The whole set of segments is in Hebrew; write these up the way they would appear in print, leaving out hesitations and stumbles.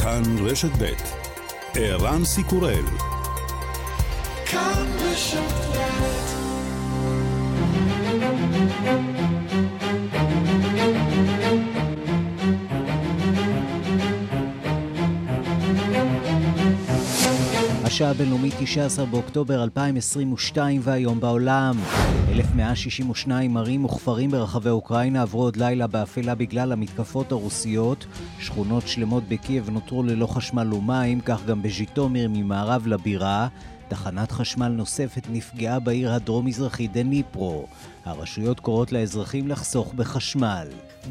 כאן רשת ב' ערן סיקורל. כאן רשת ב'. השעה הבינלאומית 19 באוקטובר 2022 והיום בעולם. 1162 ערים וכפרים ברחבי אוקראינה עברו עוד לילה באפלה בגלל המתקפות הרוסיות. שכונות שלמות בקייב נותרו ללא חשמל ומים, כך גם בז'יטומיר ממערב לבירה. תחנת חשמל נוספת נפגעה בעיר הדרום-מזרחית דניפרו. הרשויות קוראות לאזרחים לחסוך בחשמל.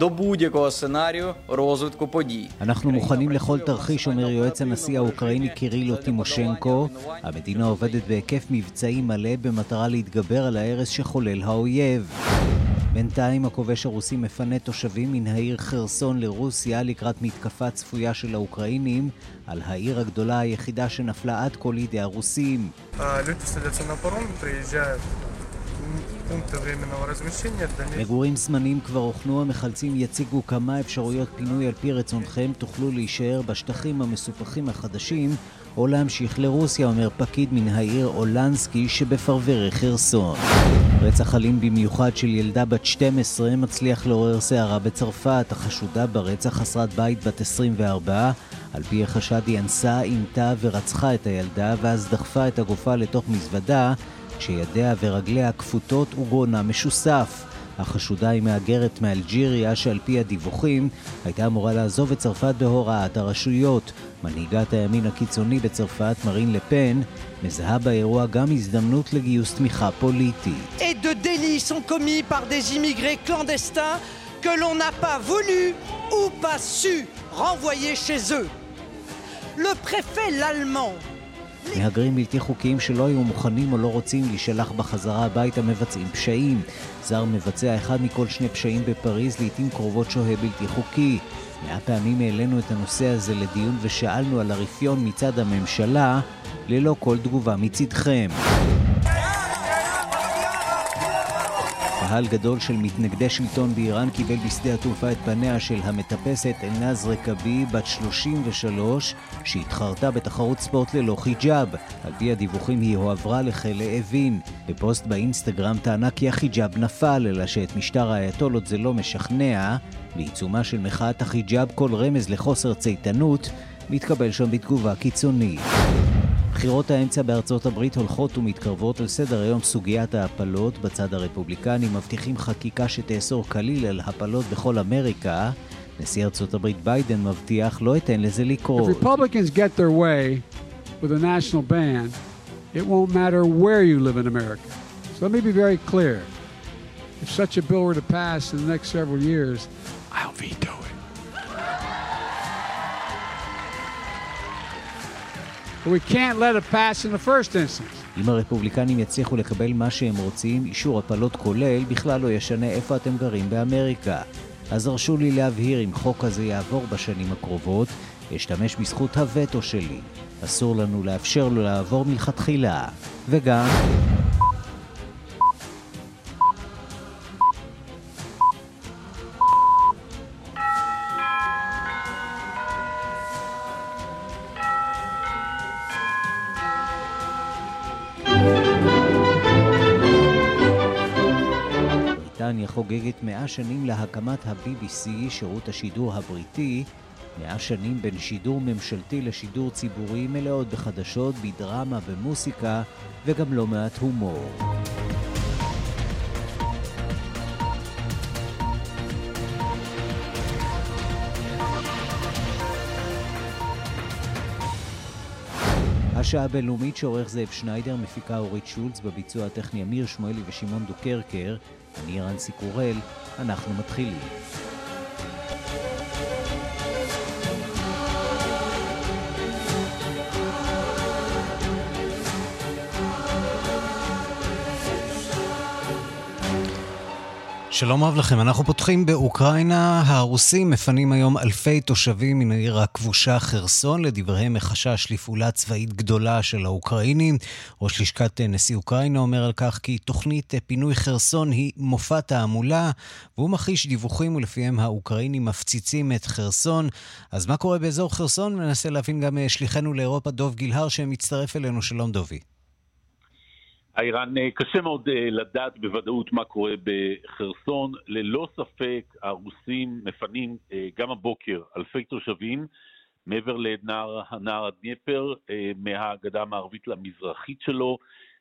אנחנו מוכנים לכל תרחיש, אומר יועץ הנשיא האוקראיני קירילו טימושנקו. המדינה עובדת בהיקף מבצעי מלא במטרה להתגבר על ההרס שחולל האויב. בינתיים הכובש הרוסי מפנה תושבים מן העיר חרסון לרוסיה לקראת מתקפה צפויה של האוקראינים על העיר הגדולה היחידה שנפלה עד כה לידי הרוסים. מגורים זמניים כבר הוכנו, המחלצים יציגו כמה אפשרויות פינוי על פי רצונכם, תוכלו להישאר בשטחים המסופחים החדשים או להמשיך לרוסיה, אומר פקיד מן העיר אולנסקי שבפרברי חרסון. רצח אלים במיוחד של ילדה בת 12 מצליח לעורר שערה בצרפת. החשודה ברצח חסרת בית בת 24. על פי החשד היא אנסה, עינתה ורצחה את הילדה ואז דחפה את הגופה לתוך מזוודה שידיה ורגליה כפותות וגרונה משוסף. החשודה היא מהגרת מאלג'יריה שעל פי הדיווחים הייתה אמורה לעזוב את צרפת בהוראת הרשויות. מנהיגת הימין הקיצוני בצרפת, מרין לפן, מזהה באירוע גם הזדמנות לגיוס תמיכה פוליטית. Et de délits sont commis par des immigrés clandestins que l'on n'a pas voulu ou pas su renvoyer chez eux. Le préfet l'allemand מהגרים בלתי חוקיים שלא היו מוכנים או לא רוצים להישלח בחזרה הביתה מבצעים פשעים. זר מבצע אחד מכל 2 פשעים בפריז, לעתים קרובות שוהה בלתי חוקי. 100 פעמים העלינו את הנושא הזה לדיון ושאלנו על הרפיון מצד הממשלה, ללא כל תגובה מצדכם. קהל גדול של מתנגדי שלטון באיראן קיבל בשדה התעופה את פניה של המטפסת אלנאז רקבי בת 33 שהתחרתה בתחרות ספורט ללא חיג'אב. על פי הדיווחים היא הועברה לחיל האווין. בפוסט באינסטגרם טענה כי החיג'אב נפל, אלא שאת משטר האייתולות זה לא משכנע. בעיצומה של מחאת החיג'אב כל רמז לחוסר צייתנות מתקבל שם בתגובה קיצונית. בחירות האמצע בארצות הברית הולכות ומתקרבות. על סדר היום סוגיית ההפלות. בצד הרפובליקני מבטיחים חקיקה שתאסור כליל על הפלות בכל אמריקה. נשיא ארצות הברית ביידן מבטיח לא ייתן לזה לקרות. If Republicans get their way with a national ban, it won't matter where you live in America. So let me be very clear. If such a bill were to pass in the next several years, I'll veto it. But we can't let it pass in the first instance. אם הרפובליקנים יצליחו לקבל מה שהם רוצים, אישור הפלות כולל, בכלל לא ישנה איפה אתם גרים באמריקה. אז הרשו לי להבהיר, אם חוק הזה יעבור בשנים הקרובות, ישתמש בזכות הווטו שלי. אסור לנו לאפשר לו לעבור מלכתחילה. וגם בריטניה חוגגת 100 שנים להקמת ה-BBC, שירות השידור הבריטי. 100 שנים בין שידור ממשלתי לשידור ציבורי, מלאות בחדשות, בדרמה, במוסיקה וגם לא מעט הומור. השעה הבינלאומית שעורך זאב שניידר, מפיקה אורית שולץ, בביצוע הטכני אמיר שמואלי ושמעון דוקרקר. אני ערן סיקורל, אנחנו מתחילים. שלום רב לכם, אנחנו פותחים באוקראינה. הרוסים מפנים היום אלפי תושבים מן העיר הכבושה חרסון, לדבריהם מחשש לפעולה צבאית גדולה של האוקראינים. ראש לשכת נשיא אוקראינה אומר על כך כי תוכנית פינוי חרסון היא מופע תעמולה, והוא מכחיש דיווחים ולפיהם האוקראינים מפציצים את חרסון. אז מה קורה באזור חרסון? מנסה להבין גם שליחנו לאירופה דוב גילהר שמצטרף אלינו. שלום דובי. איראן, קשה מאוד לדעת בוודאות מה קורה בחרסון. ללא ספק הרוסים מפנים גם הבוקר אלפי תושבים מעבר לנהר הדניפר, מהגדה המערבית למזרחית שלו.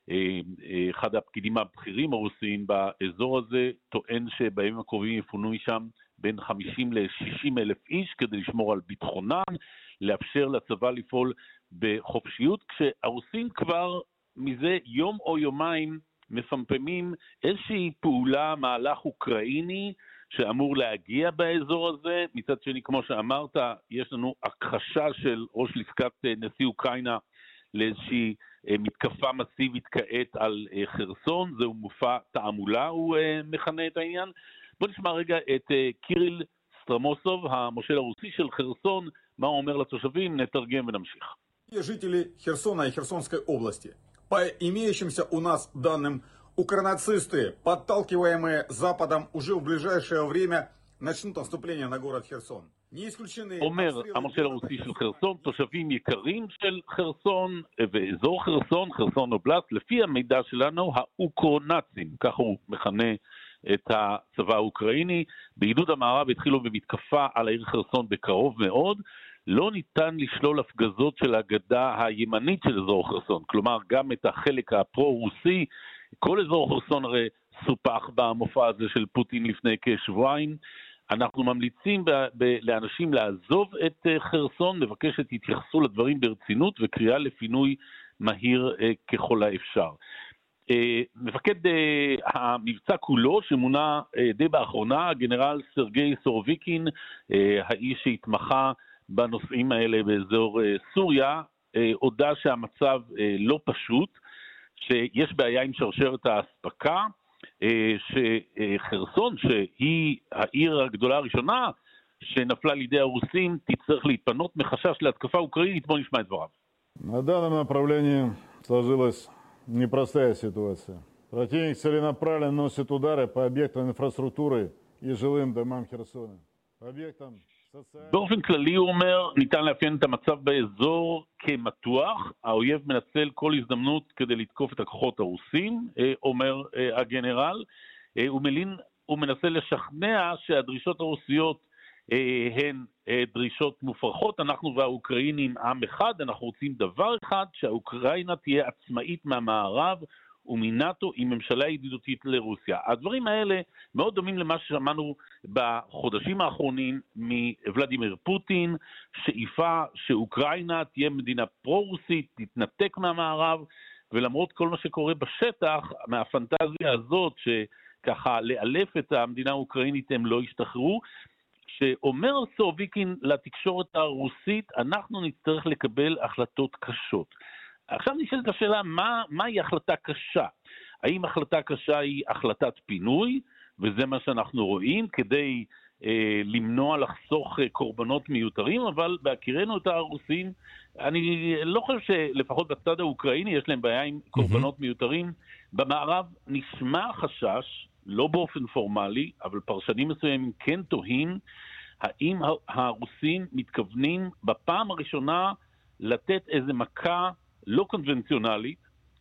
אחד הפקידים הבכירים הרוסים באזור הזה טוען שבימים הקרובים יפונו שם בין 50 ל-60 אלף איש כדי לשמור על ביטחונם, לאפשר לצבא לפעול בחופשיות, כשהרוסים כבר מזה יום או יומיים מפמפמים איזושהי פעולה, מהלך אוקראיני שאמור להגיע באזור הזה. מצד שני, כמו שאמרת, יש לנו הכחשה של ראש לשכת נשיא אוקראינה לאיזושהי מתקפה מסיבית כעת על חרסון. זהו מופע תעמולה, הוא מכנה את העניין. בוא נשמע רגע את קיריל סטרמוסוב, המושל הרוסי של חרסון, מה הוא אומר לתושבים. נתרגם ונמשיך. Жители Херсона и Херсонской области. По имеющимся у нас данным, укронацисты, подталкиваемые Западом, уже в ближайшее время начнут наступление на город Херсон. אומר המושל הרוסי של חרסון, תושבים יקרים של חרסון ואזור חרסון, חרסון אובלסט, לפי המידע שלנו, האוקרונצים, כך הוא מכנה את הצבא האוקראיני, בעידוד המערב התחילו במתקפה על העיר חרסון בקרוב מאוד. לא ניתן לשלול הפגזות של הגדה הימנית של אזור חרסון, כלומר גם את החלק הפרו-רוסי. כל אזור חרסון הרי סופח במופע הזה של פוטין לפני כשבועיים. אנחנו ממליצים לאנשים לעזוב את חרסון, מבקש שתתייחסו לדברים ברצינות וקריאה לפינוי מהיר ככל האפשר. מפקד המבצע כולו שמונה די באחרונה, הגנרל סרגי סורוביקין, האיש שהתמחה בנושאים האלה באזור סוריה, הודע שהמצב לא פשוט, שיש בעיה עם שרשרת האספקה, שחרסון, שהיא העיר הגדולה הראשונה שנפלה לידי הרוסים, תצטרך להתפנות מחשש להתקפה אוקראינית. בוא נשמע את דבריו. На данном направлении сложилась непростая ситуация. Противник целенаправленно наносит удары по объектам инфраструктуры и жилым домам Херсона. По объектам באופן כללי הוא אומר, ניתן לאפיין את המצב באזור כמתוח, האויב מנצל כל הזדמנות כדי לתקוף את הכוחות הרוסים, אומר הגנרל. הוא מנסה לשכנע שהדרישות הרוסיות הן דרישות מופרכות. אנחנו והאוקראינים עם אחד, אנחנו רוצים דבר אחד, שהאוקראינה תהיה עצמאית מהמערב ומנאטו עם ממשלה ידידותית לרוסיה. הדברים האלה מאוד דומים למה ששמענו בחודשים האחרונים מוולדימיר פוטין, שאיפה שאוקראינה תהיה מדינה פרו-רוסית, תתנתק מהמערב, ולמרות כל מה שקורה בשטח, מהפנטזיה הזאת שככה לאלף את המדינה האוקראינית הם לא ישתחררו, שאומר סורוביקין לתקשורת הרוסית, אנחנו נצטרך לקבל החלטות קשות. עכשיו נשאלת השאלה, מהי החלטה קשה? האם החלטה קשה היא החלטת פינוי, וזה מה שאנחנו רואים, כדי למנוע לחסוך קורבנות מיותרים, אבל בהכירנו את הרוסים, אני לא חושב שלפחות בצד האוקראיני יש להם בעיה עם קורבנות מיותרים. במערב נשמע חשש, לא באופן פורמלי, אבל פרשנים מסוימים כן תוהים, האם הרוסים מתכוונים בפעם הראשונה לתת איזה מכה לא קונבנציונלית,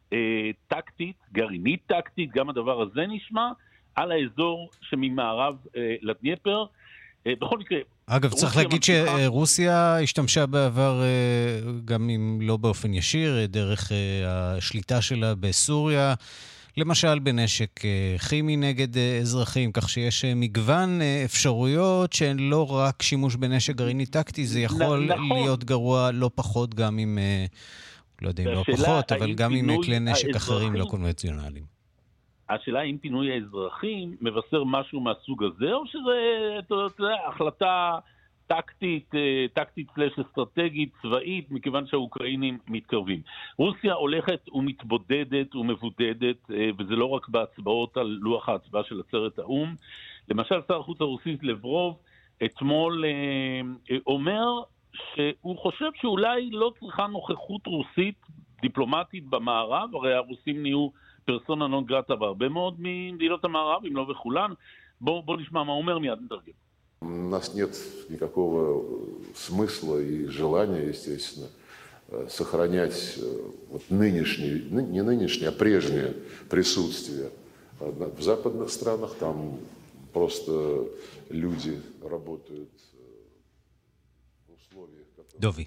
טקטית, גרעינית טקטית, גם הדבר הזה נשמע, על האזור שממערב לדניפר. בכל מקרה... אגב, צריך להגיד שרוסיה השתמשה בעבר, גם אם לא באופן ישיר, דרך השליטה שלה בסוריה, למשל בנשק כימי נגד אזרחים, כך שיש מגוון אפשרויות שהן לא רק שימוש בנשק גרעיני טקטי, זה יכול להיות גרוע לא פחות גם עם... לא יודע אם לא פחות, אבל גם עם כלי נשק אחרים לא קונבנציונליים. השאלה אם פינוי האזרחים מבשר משהו מהסוג הזה, או שזה החלטה טקטית סלש אסטרטגית, צבאית, מכיוון שהאוקראינים מתקרבים. רוסיה הולכת ומתבודדת ומבודדת, וזה לא רק בהצבעות על לוח ההצבעה של עצרת האום. למשל, שר החוץ הרוסי לברוב אתמול אומר שהוא חושב שאולי לא צריכה נוכחות רוסית דיפלומטית במערב, הרי הרוסים נהיו פרסונה נון גרטה בהרבה מאוד ממדינות המערב, אם לא בכולן. בוא נשמע מה הוא אומר, מיד נתרגם. У нас нет никакого смысла и желания, естественно, сохранять вот нынешнее, не нынешнее, а прежнее присутствие в западных странах. Там просто люди работают в условиях, которые... דובי.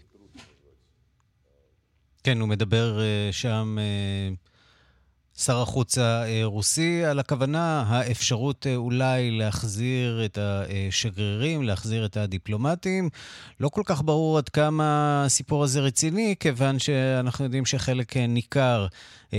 כן, הוא מדבר שם... שר החוץ הרוסי על הכוונה, האפשרות אולי להחזיר את השגרירים, להחזיר את הדיפלומטים. לא כל כך ברור עד כמה הסיפור הזה רציני, כיוון שאנחנו יודעים שחלק ניכר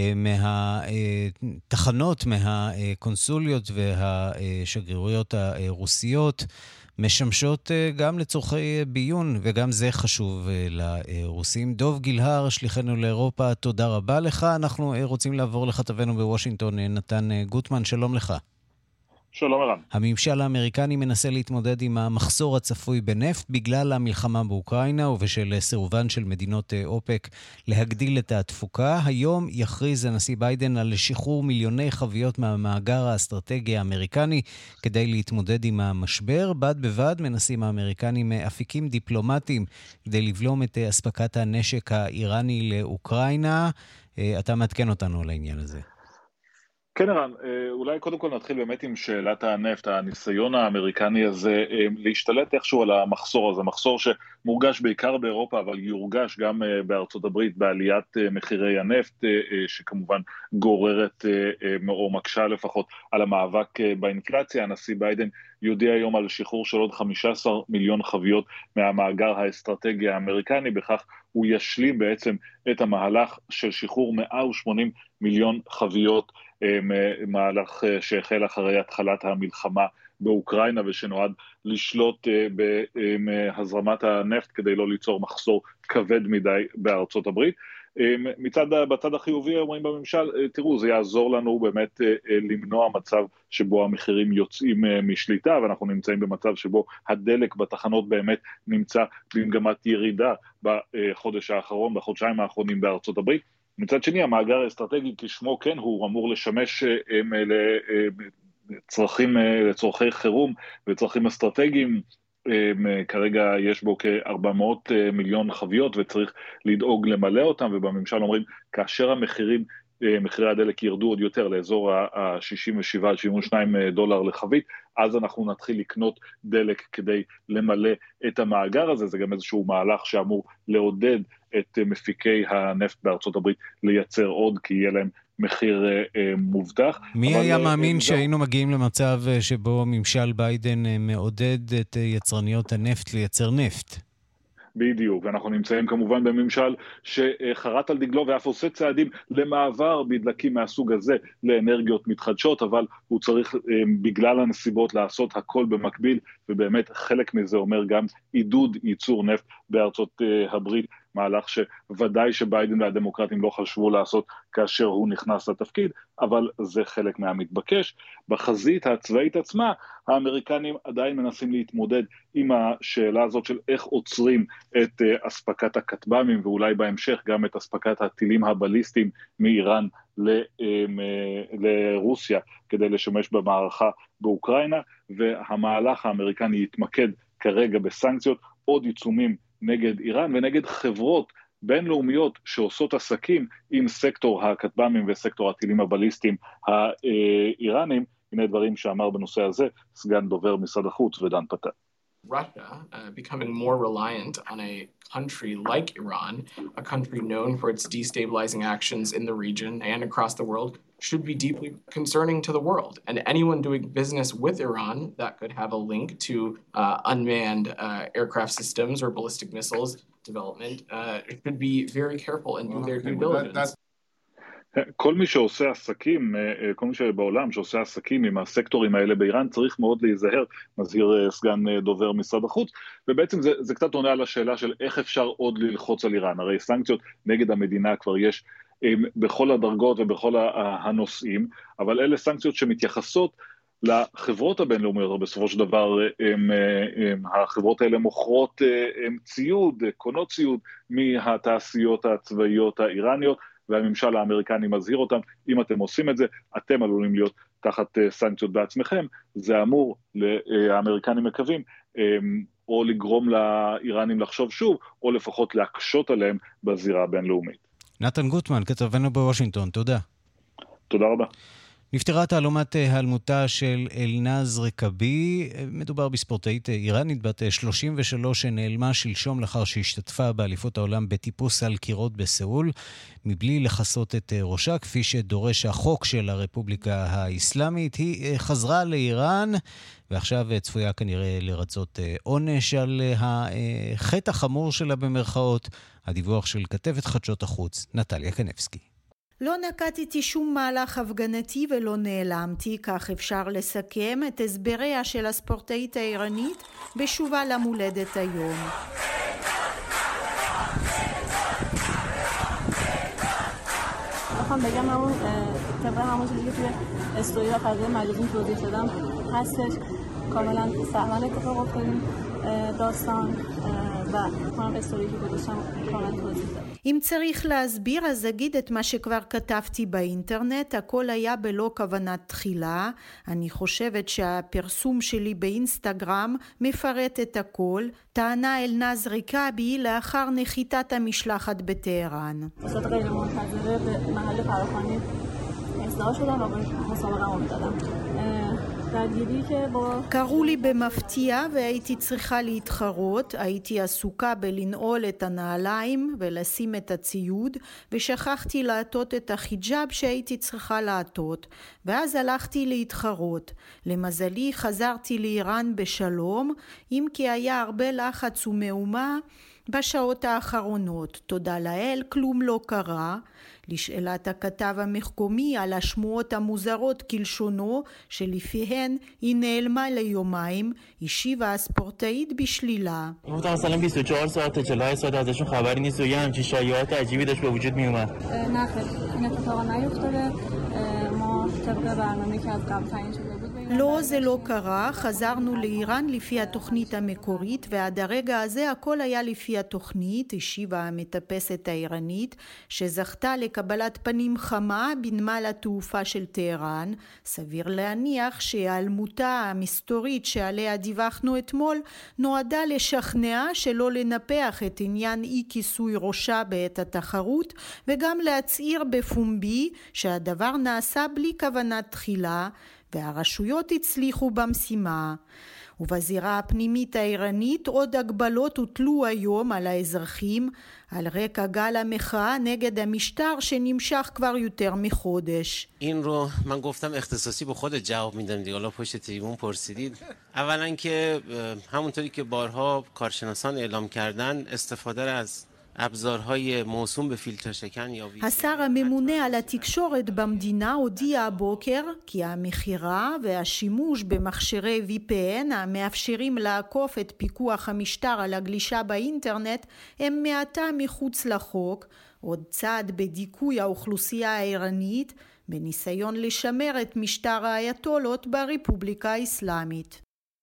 מהתחנות, מהקונסוליות והשגרירויות הרוסיות, משמשות גם לצורכי ביון, וגם זה חשוב לרוסים. דוב גילהר, שליחנו לאירופה, תודה רבה לך. אנחנו רוצים לעבור לכתבנו בוושינגטון, נתן גוטמן, שלום לך. שלום ערן. הממשל האמריקני מנסה להתמודד עם המחסור הצפוי בנפט בגלל המלחמה באוקראינה ובשל סירובן של מדינות אופק להגדיל את התפוקה. היום יכריז הנשיא ביידן על שחרור מיליוני חביות מהמאגר האסטרטגי האמריקני כדי להתמודד עם המשבר. בד בבד מנסים האמריקנים אפיקים דיפלומטיים כדי לבלום את אספקת הנשק האיראני לאוקראינה. אתה מעדכן אותנו על העניין הזה. כן ערן, אולי קודם כל נתחיל באמת עם שאלת הנפט, הניסיון האמריקני הזה להשתלט איכשהו על המחסור הזה, מחסור שמורגש בעיקר באירופה, אבל יורגש גם בארצות הברית בעליית מחירי הנפט, שכמובן גוררת או מקשה לפחות על המאבק באינפלציה. הנשיא ביידן יודיע היום על שחרור של עוד 15 מיליון חביות מהמאגר האסטרטגי האמריקני, בכך הוא ישלים בעצם את המהלך של שחרור 180 מיליון חביות, מהלך שהחל אחרי התחלת המלחמה באוקראינה ושנועד לשלוט בהזרמת הנפט כדי לא ליצור מחסור כבד מדי בארצות הברית. בצד החיובי אומרים בממשל, תראו, זה יעזור לנו באמת למנוע מצב שבו המחירים יוצאים משליטה, ואנחנו נמצאים במצב שבו הדלק בתחנות באמת נמצא במגמת ירידה בחודש האחרון, בחודשיים האחרונים בארצות הברית. מצד שני, המאגר האסטרטגי כשמו כן הוא אמור לשמש לצורכי חירום וצרכים אסטרטגיים. כרגע יש בו כ-400 מיליון חביות וצריך לדאוג למלא אותם, ובממשל אומרים כאשר מחירי הדלק ירדו עוד יותר לאזור ה-67-72 דולר לחבית, אז אנחנו נתחיל לקנות דלק כדי למלא את המאגר הזה. זה גם איזשהו מהלך שאמור לעודד את מפיקי הנפט בארצות הברית לייצר עוד, כי יהיה להם מחיר מובטח. מי היה מאמין שהיינו מגיעים למצב שבו ממשל ביידן מעודד את יצרניות הנפט לייצר נפט? בדיוק, ואנחנו נמצאים כמובן בממשל שחרט על דגלו ואף עושה צעדים למעבר בדלקים מהסוג הזה לאנרגיות מתחדשות, אבל הוא צריך בגלל הנסיבות לעשות הכל במקביל, ובאמת חלק מזה אומר גם עידוד ייצור נפט בארצות הברית, מהלך שוודאי שביידן והדמוקרטים לא חשבו לעשות כאשר הוא נכנס לתפקיד, אבל זה חלק מהמתבקש. בחזית הצבאית עצמה, האמריקנים עדיין מנסים להתמודד עם השאלה הזאת של איך עוצרים את אספקת הכטב"מים, ואולי בהמשך גם את אספקת הטילים הבליסטיים מאיראן לרוסיה, כדי לשמש במערכה באוקראינה, והמהלך האמריקני יתמקד כרגע בסנקציות, עוד עיצומים נגד איראן ונגד חברות בינלאומיות שעושות עסקים עם סקטור הכטב"מים וסקטור הטילים הבליסטיים האיראנים. הנה דברים שאמר בנושא הזה סגן דובר משרד החוץ ודן פתן. Russia becoming more reliant on a country like Iran, a country known for its destabilizing actions in the region and across the world, should be deeply concerning to the world. And anyone doing business with Iran that could have a link to unmanned aircraft systems or ballistic missiles development should be very careful and do their due diligence. כל מי שעושה עסקים, כל מי שבעולם שעושה עסקים עם הסקטורים האלה באיראן, צריך מאוד להיזהר, מזהיר סגן דובר משרד החוץ, ובעצם זה קצת עונה על השאלה של איך אפשר עוד ללחוץ על איראן, הרי סנקציות נגד המדינה כבר יש בכל הדרגות ובכל הנושאים, אבל אלה סנקציות שמתייחסות לחברות הבינלאומיות, בסופו של דבר החברות האלה מוכרות ציוד, קונות ציוד מהתעשיות הצבאיות האיראניות, והממשל האמריקני מזהיר אותם, אם אתם עושים את זה, אתם עלולים להיות תחת סנקציות בעצמכם, זה אמור, האמריקנים מקווים, או לגרום לאיראנים לחשוב שוב, או לפחות להקשות עליהם בזירה הבינלאומית. נתן גוטמן, כתבנו בוושינגטון, תודה. תודה רבה. נפטרה תעלומת היעלמותה של אלנז רקבי, מדובר בספורטאית איראנית בת 33 שנעלמה שלשום לאחר שהשתתפה באליפות העולם בטיפוס על קירות בסאול, מבלי לחסות את ראשה, כפי שדורש החוק של הרפובליקה האסלאמית. היא חזרה לאיראן, ועכשיו צפויה כנראה לרצות עונש על החטא החמור שלה במרכאות. הדיווח של כתבת חדשות החוץ, נטליה קנבסקי. לא נקטתי שום מהלך הפגנתי ולא נעלמתי, כך אפשר לסכם את הסבריה של הספורטאית האיראנית בשובה למולדת היום. میخوام بگم همون طبق همون چیزی که توی استوری و فضای مجازی توضیح دادم هستش، کاملا سهمان اتفاق افتادیم داستان و هم استوری که گذاشتم کاملا توضیح دادم. אם צריך להסביר, אז אגיד את מה שכבר כתבתי באינטרנט. הכל היה בלא כוונת תחילה. אני חושבת שהפרסום שלי באינסטגרם מפרט את הכל. טענה אלנז רקבי לאחר נחיתת המשלחת בטהרן. בסוף غیر منتظره به محل فراخوانی اصلاح شدم و مسابقه امیدادم. קראו לי במפתיע והייתי צריכה להתחרות. הייתי עסוקה בלנעול את הנעליים ולשים את הציוד, ושכחתי לעטות את החיג'אב שהייתי צריכה לעטות, ואז הלכתי להתחרות. למזלי חזרתי לאיראן בשלום, אם כי היה הרבה לחץ ומהומה בשעות האחרונות. תודה לאל, כלום לא קרה. לשאלת הכתב המקומי על השמועות המוזרות כלשונו, שלפיהן היא נעלמה ליומיים, השיבה הספורטאית בשלילה. گفتم مثلا 24 ساعت تا 40 ساعت ازشون خبری نیست و یه همچین شایعات عجیبی داشت به وجود می اومد. نه خیر، این اتفاق نیفتاده. ما طبق برنامه‌ای که از قبل تعیین شده بود לא, זה לא קרה. חזרנו לאיראן לפי התוכנית המקורית, ועד הרגע הזה הכל היה לפי התוכנית, השיבה המטפסת האיראנית, שזכתה לקבלת פנים חמה בנמל התעופה של טהרן. סביר להניח שהיעלמותה המסתורית שעליה דיווחנו אתמול נועדה לשכנע שלא לנפח את עניין אי כיסוי ראשה בעת התחרות, וגם להצהיר בפומבי שהדבר נעשה בלי כוונת תחילה, והרשויות הצליחו במשימה. ובזירה הפנימית האיראנית עוד הגבלות הוטלו היום על האזרחים על רקע גל המחאה נגד המשטר שנמשך כבר יותר מחודש. این رو من گفتم اختصاصی به خود جواب میدم دیگه، حالا پشت تریبون پرسیدید. اولا که همونطوری که بارها کارشناسان اعلام کردن، استفاده از ابزارهای موسوم به فیلتر شکن یا השר הממונה על התקשורת במדינה הודיע הבוקר כי המכירה והשימוש במכשירי VPN המאפשרים לעקוף את פיקוח המשטר על הגלישה באינטרנט הם מעתה מחוץ לחוק, עוד צעד בדיכוי האוכלוסייה האיראנית בניסיון לשמר את משטר האייתולות ברפובליקה האסלאמית.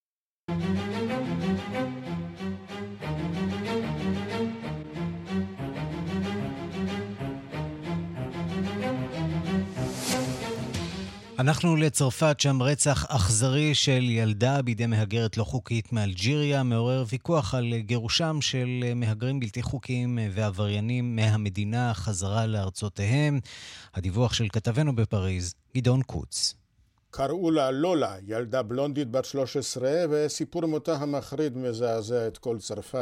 אנחנו לצרפת, שם רצח אכזרי של ילדה בידי מהגרת לא חוקית מאלג'יריה מעורר ויכוח על גירושם של מהגרים בלתי חוקיים ועבריינים מהמדינה חזרה לארצותיהם. הדיווח של כתבנו בפריז, גדעון קוץ. קראו לה לולה, ילדה בלונדית בת 13, וסיפור מותה המחריד מזעזע את כל צרפת.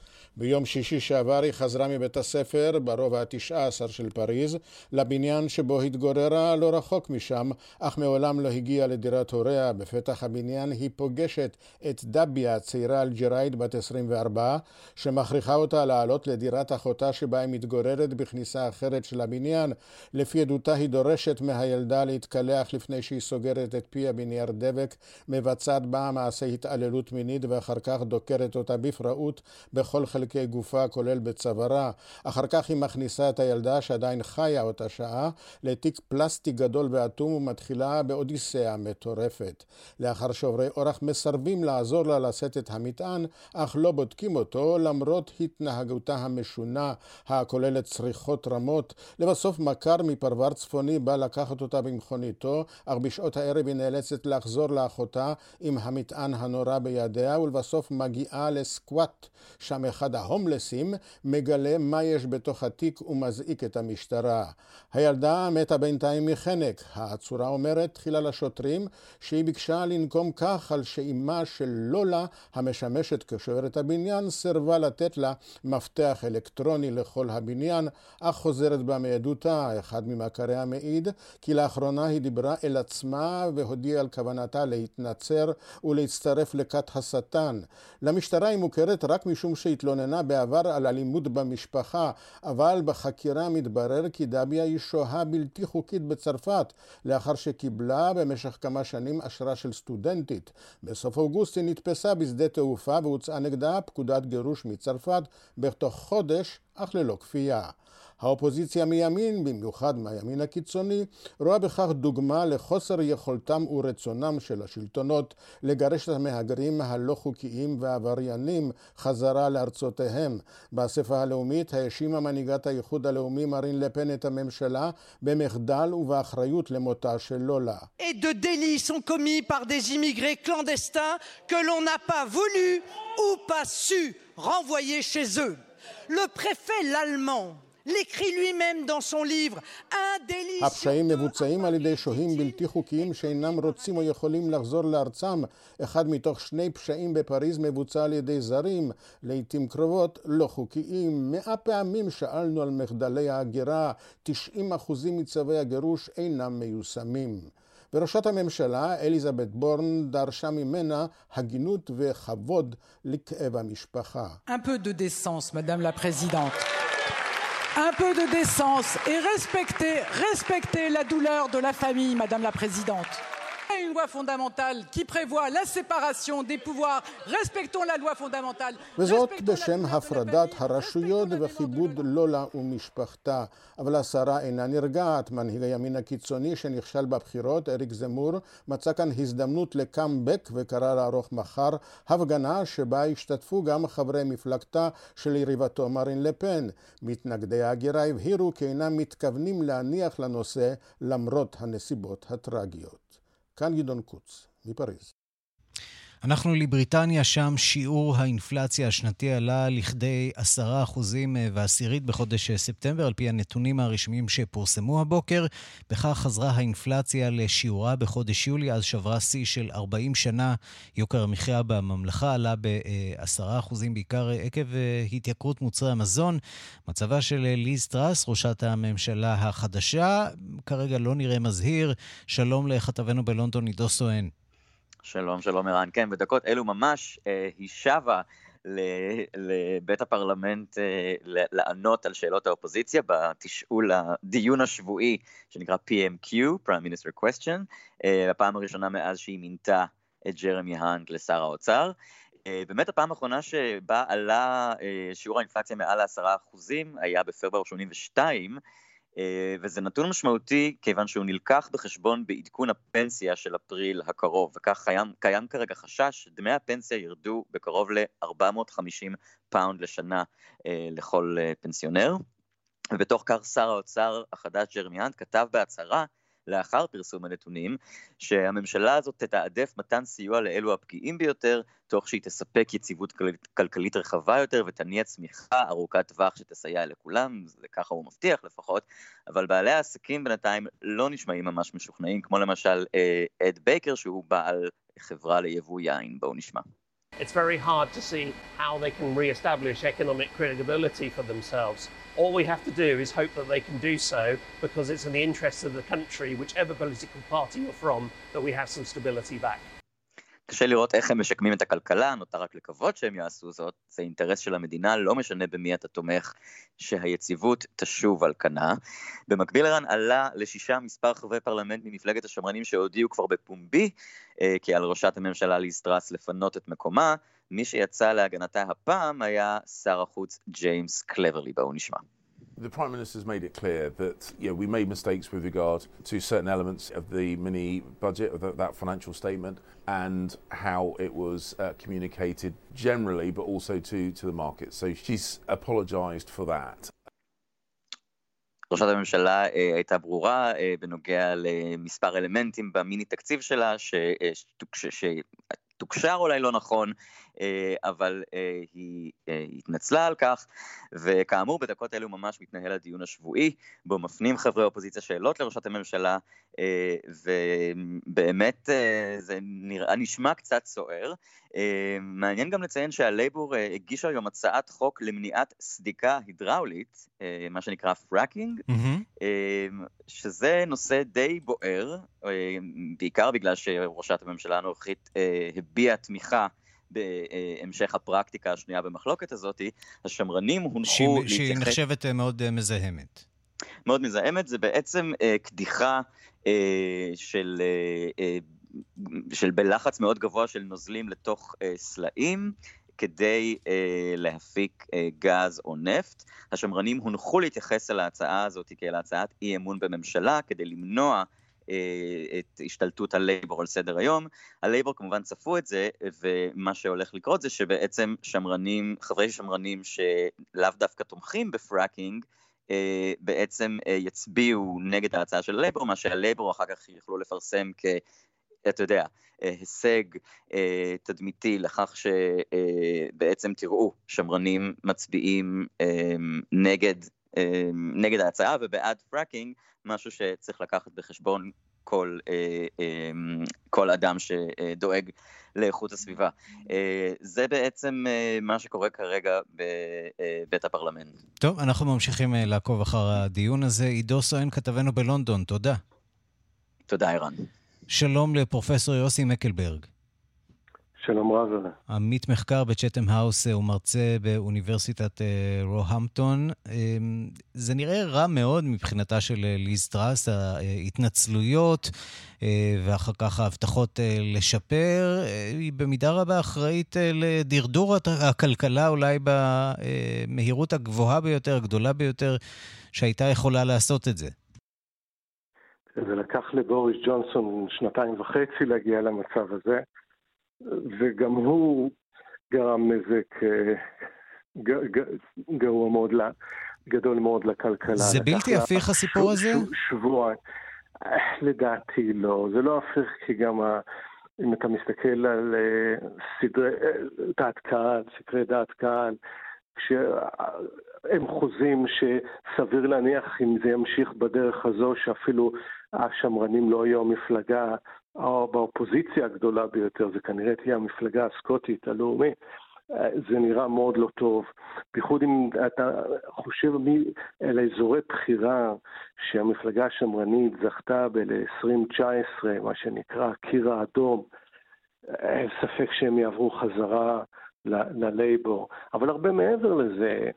ביום שישי שעבר היא חזרה מבית הספר ברובע ה-19 של פריז לבניין שבו התגוררה לא רחוק משם, אך מעולם לא הגיעה לדירת הוריה. בפתח הבניין היא פוגשת את דביה, צעירה אלג'יראית בת 24, שמכריחה אותה לעלות לדירת אחותה שבה היא מתגוררת בכניסה אחרת של הבניין. לפי עדותה היא דורשת מהילדה להתקלח לפני שהיא סוגרת את פיה בנייר דבק, מבצעת בה מעשה התעללות מינית ואחר כך דוקרת אותה בפראות בכל חלקי גופה כולל בצווארה. אחר כך היא מכניסה את הילדה שעדיין חיה אותה שעה לתיק פלסטיק גדול ואטום ומתחילה באודיסאה מטורפת. לאחר שעוברי אורח מסרבים לעזור לה לשאת את המטען אך לא בודקים אותו למרות התנהגותה המשונה הכוללת צריכות רמות, לבסוף מכר מפרבר צפוני בא לקחת אותה במכוניתו, אך בשעות הערב היא נאלצת לחזור לאחותה עם המטען הנורא בידיה, ולבסוף מגיעה לסקואט, שם אחד ההומלסים מגלה מה יש בתוך התיק ומזעיק את המשטרה. הילדה מתה בינתיים מחנק. העצורה אומרת תחילה לשוטרים שהיא ביקשה לנקום כך על שאימה של לולה המשמשת כשוערת הבניין סרבה לתת לה מפתח אלקטרוני לכל הבניין, אך חוזרת בה מעדותה. אחד ממכריה מעיד כי לאחרונה היא דיברה אל עצמה והודיעה על כוונתה להתנצר ולהצטרף לכת השטן. למשטרה היא מוכרת רק משום שהתלוננה בעבר על אלימות במשפחה, אבל בחקירה מתברר כי דביה היא שוהה בלתי חוקית בצרפת לאחר שקיבלה במשך כמה שנים אשרה של סטודנטית. בסוף אוגוסט היא נתפסה בשדה תעופה והוצאה נגדה פקודת גירוש מצרפת בתוך חודש, אך ללא כפייה. האופוזיציה מימין, במיוחד מהימין הקיצוני, רואה בכך דוגמה לחוסר יכולתם ורצונם של השלטונות לגרש את המהגרים הלא חוקיים והעבריינים חזרה לארצותיהם. באספה הלאומית האשימה מנהיגת האיחוד הלאומי מרין לפן את הממשלה במחדל ובאחריות למותה של לולה. Et de délits sont commis par des immigrés clandestins que l'on n'a pas voulu ou pas su renvoyer chez eux. Le préfet l'allemand l'écrit lui-même dans son livre un délit. הפשעים מבוצעים על ידי שוהים בלתי חוקיים שאינם רוצים או יכולים לחזור לארצם. אחד מתוך 2 פשעים בפריז מבוצע על ידי זרים, לעתים קרובות לא חוקיים. 100 פעמים שאלנו על מחדלי ההגירה, 90% מצווי הגירוש אינם מיושמים. וראשת הממשלה, אליזבת בורן, דרשה ממנה הגינות וכבוד לכאב המשפחה. Un peu de décence, Madame la Présidente. Un peu de décence et respectez la douleur de la famille, Madame la Présidente. Une loi fondamentale qui prévoit la séparation des pouvoirs. Respectons la loi fondamentale. וזאת בשם הפרדת הרשויות וכיבוד לולה ומשפחתה. אבל השרה אינה נרגעת. מנהיג הימין הקיצוני שנכשל בבחירות, אריק זמור, מצא כאן הזדמנות לקאמבק וקרא לערוך מחר הפגנה שבה השתתפו גם חברי מפלגתה של יריבתו מרין לפן. מתנגדי ההגירה הבהירו כי אינם מתכוונים להניח לנושא למרות הנסיבות הטרגיות. כאן גדעון קוץ, מפריז. אנחנו לבריטניה, שם שיעור האינפלציה השנתי עלה לכדי 10% ועשירית בחודש ספטמבר, על פי הנתונים הרשמיים שפורסמו הבוקר. בכך חזרה האינפלציה לשיעורה בחודש יולי, אז שברה שיא של 40 שנה. יוקר המחיה בממלכה עלה ב10%, בעיקר עקב התייקרות מוצרי המזון. מצבה של ליז טראס, ראשת הממשלה החדשה, כרגע לא נראה מזהיר. שלום לכתבנו בלונדון, עידו סואן. שלום, שלום ערן. כן, בדקות אלו ממש היא שבה לבית הפרלמנט לענות על שאלות האופוזיציה בתשאול הדיון השבועי שנקרא PMQ, Prime Minister Question, הפעם הראשונה מאז שהיא מינתה את ג'רמי האנט לשר האוצר. באמת הפעם האחרונה שבה עלה שיעור האינפלציה מעל 10% היה בפברואר 82, וזה נתון משמעותי כיוון שהוא נלקח בחשבון בעדכון הפנסיה של אפריל הקרוב, וכך קיים כרגע חשש דמי הפנסיה ירדו בקרוב ל-450 פאונד לשנה לכל פנסיונר. ובתוך כך שר האוצר החדש ג'רמי האנט כתב בהצהרה לאחר פרסום הנתונים שהממשלה הזאת תתעדף מתן סיוע לאלו הפגיעים ביותר, תוך שהיא תספק יציבות כלכלית רחבה יותר ותניע צמיחה ארוכת טווח שתסייע לכולם, ככה הוא מבטיח לפחות, אבל בעלי העסקים בינתיים לא נשמעים ממש משוכנעים, כמו למשל אד בייקר שהוא בעל חברה ליבוא יין. בואו נשמע. It's very hard to see how they can re-establish economic credibility for themselves. All we have to do is hope that they can do so because it's in the interest of the country, whichever political party you're from, that we have some stability back. קשה לראות איך הם משקמים את הכלכלה, נותר רק לקוות שהם יעשו זאת. זה אינטרס של המדינה, לא משנה במי אתה תומך, שהיציבות תשוב על כנה. במקביל ערן עלה ל6 מספר חברי פרלמנט ממפלגת השמרנים שהודיעו כבר בפומבי, כי על ראשת הממשלה ליז טראס לפנות את מקומה. מי שיצא להגנתה הפעם היה שר החוץ ג'יימס קלברלי. בואו נשמע. The Prime Minister's made it clear that we made mistakes with regard to certain elements of the mini budget, of that financial statement, and how it was communicated generally, but also to the market. So she's apologized for that. ראשת הממשלה הייתה ברורה בנוגע למספר אלמנטים במיני תקציב שלה, תוקשר אולי לא נכון, אבל היא התנצלה על כך, וכאמור בדקות אלו ממש מתנהל הדיון השבועי, בו מפנים חברי אופוזיציה שאלות לראשת הממשלה, ובאמת זה נשמע קצת סוער. מעניין גם לציין שהלייבור הגיש היום הצעת חוק למניעת סדיקה הידראולית, מה שנקרא פרקינג, שזה נושא די בוער, בעיקר בגלל שראשת הממשלה הנוכחית הביעה תמיכה בהמשך הפרקטיקה השנייה במחלוקת הזאת. השמרנים הונחו שהיא נחשבת מאוד מזהמת. מאוד מזהמת, זה בעצם קדיחה של בלחץ מאוד גבוה של נוזלים לתוך סלעים, כדי להפיק גז או נפט. השמרנים הונחו להתייחס אל ההצעה הזאת כאל הצעת אי אמון בממשלה, כדי למנוע את השתלטות הלייבור על סדר היום. הלייבור כמובן צפו את זה, ומה שהולך לקרות זה שבעצם חברי שמרנים שלאו דווקא תומכים בפרקינג, בעצם יצביעו נגד ההצעה של הלייבור, מה שהלייבור אחר כך יוכלו לפרסם אתה יודע, הישג תדמיתי לכך שבעצם תראו שמרנים מצביעים נגד ההצעה ובעד פרקינג, משהו שצריך לקחת בחשבון כל אדם שדואג לאיכות הסביבה. זה בעצם מה שקורה כרגע בבית הפרלמנט. טוב, אנחנו ממשיכים לעקוב אחר הדיון הזה. עידו סואן, כתבנו בלונדון, תודה. תודה, ערן. שלום לפרופסור יוסי מקלברג. שלום רב. עמית מחקר בצ'טם האוס ומרצה באוניברסיטת רוהמפטון. זה נראה רע מאוד מבחינתה של ליז טראס, ההתנצלויות ואחר כך ההבטחות לשפר. היא במידה רבה אחראית לדרדור הכלכלה אולי במהירות הגבוהה ביותר, הגדולה ביותר, שהייתה יכולה לעשות את זה. זה לקח לבוריס ג'ונסון 2.5 להגיע למצב הזה. וגם הוא גרם נזק גדול מאוד לכלכלה. זה בלתי הפיך הסיפור הזה? שבועיים. לדעתי לא. זה לא הפיך כי גם אם אתה מסתכל על סקרי דעת קהל, כשהם חוזים שסביר להניח אם זה ימשיך בדרך הזו שאפילו השמרנים לא יהיו מפלגה או באופוזיציה הגדולה ביותר, זה כנראה תהיה המפלגה הסקוטית הלאומית. זה נראה מאוד לא טוב. בייחוד אם אתה חושב על אזורי בחירה שהמפלגה השמרנית זכתה ב-2019, מה שנקרא קיר האדום, אין ספק שהם יעברו חזרה ללייבור. אבל הרבה מעבר לזה,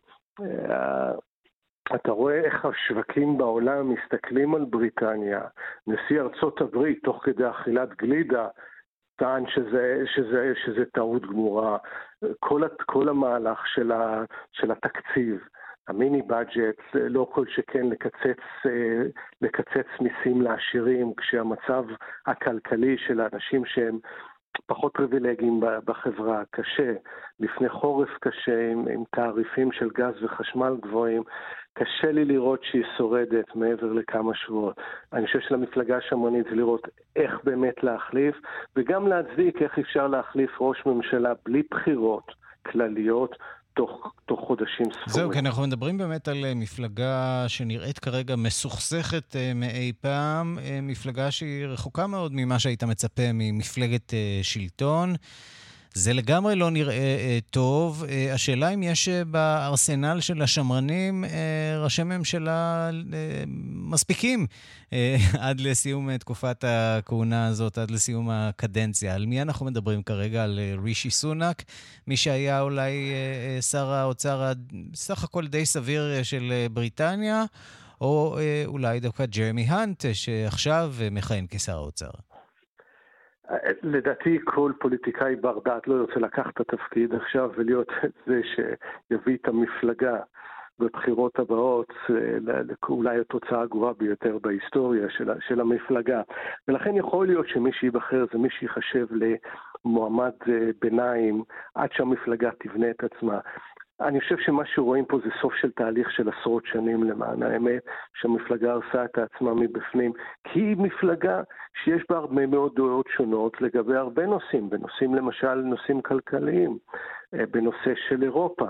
אתה רואה איך השווקים בעולם מסתכלים על בריטניה. נשיא ארצות הברית, תוך כדי אכילת גלידה, טען שזה טעות גמורה. כל המהלך של התקציב, המיני בדג'ט, לא כל שכן לקצץ מיסים לעשירים, כשהמצב הכלכלי של האנשים שהם פחות פריבילגיים בחברה קשה, לפני חורף קשה עם תעריפים של גז וחשמל גבוהים, קשה לי לראות שהיא שורדת מעבר לכמה שבועות. אני חושב שלמפלגה השמרנית זה לראות איך באמת להחליף, וגם להצדיק איך אפשר להחליף ראש ממשלה בלי בחירות כלליות תוך חודשים ספורים. זהו, כי אנחנו מדברים באמת על מפלגה שנראית כרגע מסוכסכת מאי פעם, מפלגה שהיא רחוקה מאוד ממה שהיית מצפה ממפלגת שלטון. זה לגמרי לא נראה טוב. השאלה אם יש בארסנל של השמרנים ראשי ממשלה מספיקים עד לסיום תקופת הכהונה הזאת, עד לסיום הקדנציה. על מי אנחנו מדברים כרגע? על רישי סונאק, מי שהיה אולי שר האוצר סך הכל די סביר של בריטניה, או אולי דווקא ג'רמי האנט, שעכשיו מכהן כשר האוצר? לדעתי כל פוליטיקאי בר דעת לא ירצה לקחת את התפקיד עכשיו ולהיות זה שיביא את המפלגה בבחירות הבאות, אולי התוצאה הגרועה ביותר בהיסטוריה של המפלגה. ולכן יכול להיות שמי שיבחר זה מי שיחשב למועמד ביניים עד שהמפלגה תבנה את עצמה. אני חושב שמה שרואים פה זה סוף של תהליך של עשרות שנים למען האמת, שהמפלגה הרסה את עצמה מבפנים, כי היא מפלגה שיש בה הרבה מאוד דעות שונות לגבי הרבה נושאים, בנושאים למשל נושאים כלכליים, בנושא של אירופה.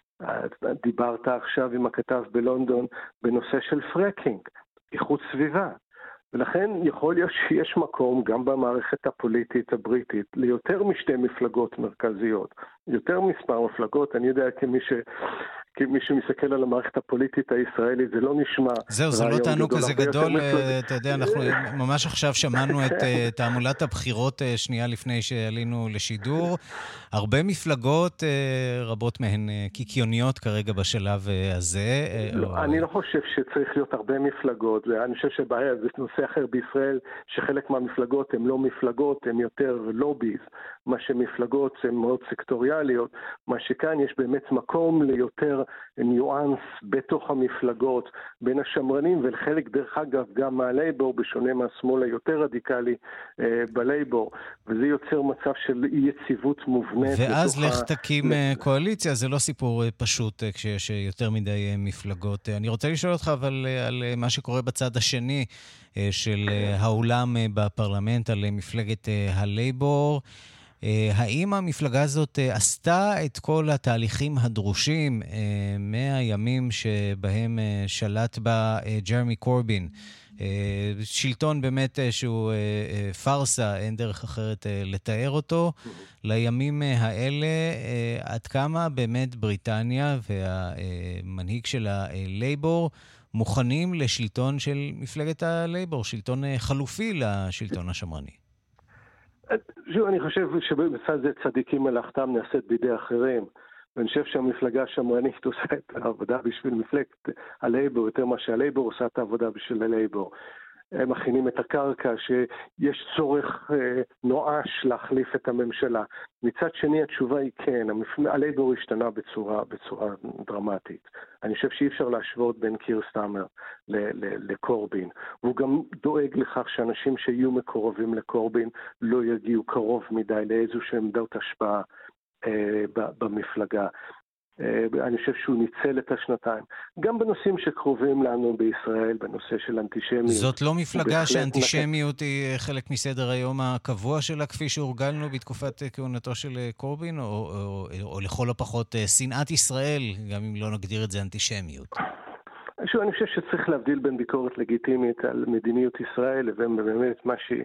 דיברת עכשיו עם הכתב בלונדון בנושא של פרקינג, איכות סביבה. ולכן יכול להיות שיש מקום גם במערכת הפוליטית הבריטית ליותר משתי מפלגות מרכזיות, יותר מספר מפלגות. אני יודע כמי שמסתכל על המערכת הפוליטית הישראלית, זה לא נשמע... זהו, זה לא תענוג כזה גדול, אתה יודע, אנחנו ממש עכשיו שמענו את תעמולת הבחירות שנייה לפני שעלינו לשידור. הרבה מפלגות, רבות מהן קיקיוניות כרגע בשלב הזה. אני לא חושב שצריך להיות הרבה מפלגות, ואני חושב שבעיה, זה נושא אחר בישראל, שחלק מהמפלגות הן לא מפלגות, הן יותר לוביז. מה שמפלגות הן מאוד סקטוריאליות, מה שכאן יש באמת מקום ליותר ניואנס בתוך המפלגות בין השמרנים, ולחלק דרך אגב גם מהלייבור, בשונה מהשמאל היותר רדיקלי בלייבור, וזה יוצר מצב של אי יציבות מובנית. ואז לך תקים קואליציה, זה לא סיפור פשוט כשיש יותר מדי מפלגות. אני רוצה לשאול אותך אבל על מה שקורה בצד השני של האולם בפרלמנט, על מפלגת הלייבור. האם המפלגה הזאת עשתה את כל התהליכים הדרושים מהימים שבהם שלט בה ג'רמי קורבין? שלטון באמת שהוא פרסה, אין דרך אחרת לתאר אותו. לימים האלה, עד כמה באמת בריטניה והמנהיג של הלייבור מוכנים לשלטון של מפלגת הלייבור, שלטון חלופי לשלטון השמרני? אני חושב שבצד זה צדיקים מלאכתם נעשית בידי אחרים, ואני חושב שהמפלגה השמרנית עושה את העבודה בשביל מפלגת הלייבור, יותר מה שהלייבור עושה את העבודה בשביל הלייבור. הם מכינים את הקרקע שיש צורך נואש להחליף את הממשלה. מצד שני התשובה היא כן, הלייבור השתנה בצורה דרמטית. אני חושב שאי אפשר להשוות בין קיר סטאמר לקורבין. והוא גם דואג לכך שאנשים שיהיו מקורבים לקורבין לא יגיעו קרוב מדי לאיזושהי עמדות השפעה במפלגה. אני חושב שהוא ניצל את השנתיים. גם בנושאים שקרובים לנו בישראל, בנושא של אנטישמיות. זאת לא מפלגה שאנטישמיות היא חלק מסדר היום הקבוע שלה, כפי שהורגלנו בתקופת כהונתו של קורבין, או לכל הפחות שנאת ישראל, גם אם לא נגדיר את זה אנטישמיות? אני חושב שצריך להבדיל בין ביקורת לגיטימית על מדיניות ישראל לבין באמת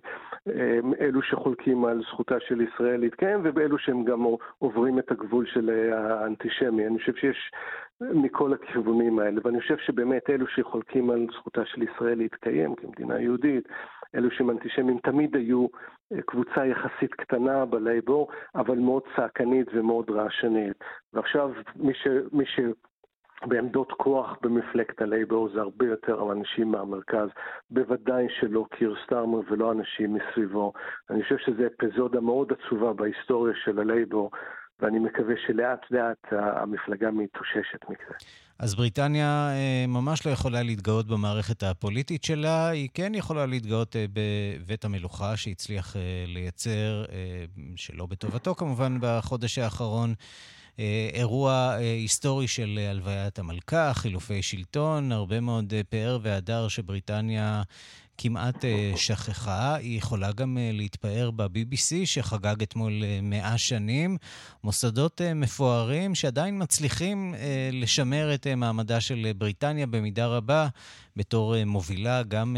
אלו שחולקים על זכותה של ישראל להתקיים, ובאלו שהם גם עוברים את הגבול של האנטישמי. אני חושב שיש מכל הכיוונים האלה, ואני חושב שבאמת אלו שחולקים על זכותה של ישראל להתקיים כמדינה יהודית, אלו שהם אנטישמים תמיד היו קבוצה יחסית קטנה בלייבור, אבל מאוד צעקנית ומאוד רעשנית. ועכשיו מי בעמדות כוח במפלגת הלייבור זה הרבה יותר אנשים מהמרכז, בוודאי שלא קיר סטארמר ולא אנשים מסביבו. אני חושב שזה אפיזודה מאוד עצובה בהיסטוריה של הלייבור, ואני מקווה שלאט לאט המפלגה מתאוששת מכזה. אז בריטניה ממש לא יכולה להתגאות במערכת הפוליטית שלה, היא כן יכולה להתגאות בבית המלוכה שהצליח לייצר, שלא בטובתו כמובן בחודש האחרון, אירוע היסטורי של הלוויית המלכה, חילופי שלטון, הרבה מאוד פאר והדר שבריטניה כמעט שכחה. היא יכולה גם להתפאר ב-BBC שחגג אתמול 100 שנים. מוסדות מפוארים שעדיין מצליחים לשמר את מעמדה של בריטניה במידה רבה בתור מובילה גם